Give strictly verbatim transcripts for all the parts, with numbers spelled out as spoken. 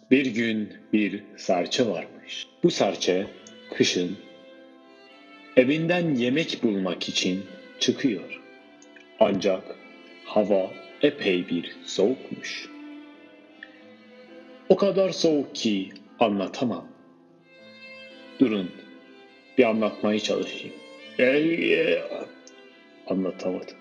Bir gün bir serçe varmış. Bu serçe kışın evinden yemek bulmak için çıkıyor. Ancak hava epey bir soğukmuş. O kadar soğuk ki anlatamam. Durun, bir anlatmaya çalışayım. Ee, Anlatamadım.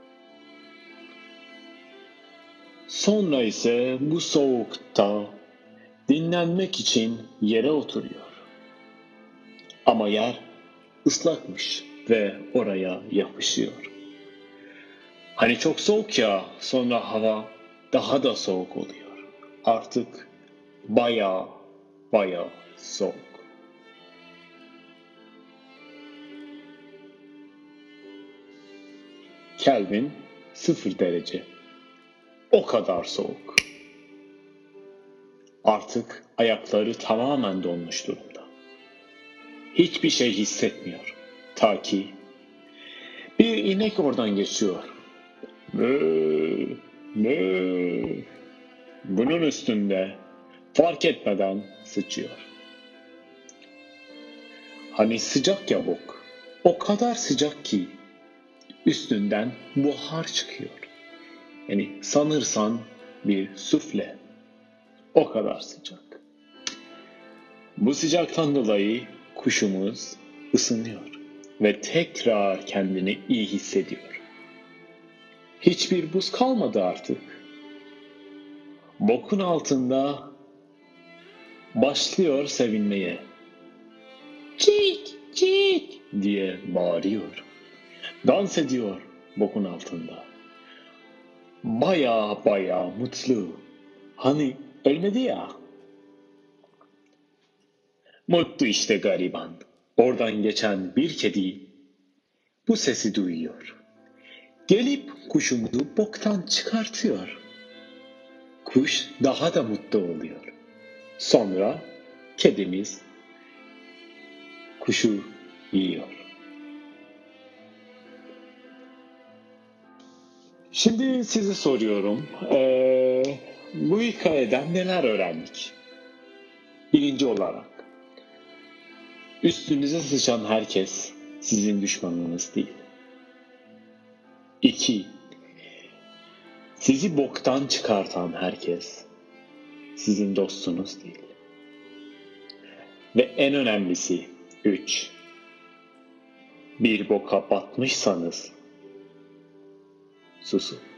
Sonra ise bu soğukta dinlenmek için yere oturuyor. Ama yer ıslakmış ve oraya yapışıyor. Hani çok soğuk ya, sonra hava daha da soğuk oluyor. Artık baya baya soğuk. Kelvin sıfır derece. O kadar soğuk. Artık ayakları tamamen donmuş durumda. Hiçbir şey hissetmiyor. Ta ki bir inek oradan geçiyor. Mö, mö. Bunun üstünde fark etmeden sıçıyor. Hani sıcak ya bok. O kadar sıcak ki üstünden buhar çıkıyor. Yani sanırsan bir sufle. O kadar sıcak. Bu sıcaktan dolayı kuşumuz ısınıyor ve tekrar kendini iyi hissediyor. Hiçbir buz kalmadı artık. Bokun altında başlıyor sevinmeye. Çik çik diye bağırıyor. Dans ediyor bokun altında. Baya baya mutlu. Hani ölmedi ya. Mutlu işte gariban. Oradan geçen bir kedi bu sesi duyuyor. Gelip kuşumuzu boktan çıkartıyor. Kuş daha da mutlu oluyor. Sonra kedimiz kuşu yiyor. Şimdi size soruyorum. Ee, bu hikayeden neler öğrendik? Birinci olarak, üstünüze sıçan herkes sizin düşmanınız değil. İki, sizi boktan çıkartan herkes sizin dostunuz değil. Ve en önemlisi, üç, bir boka batmışsanız susun.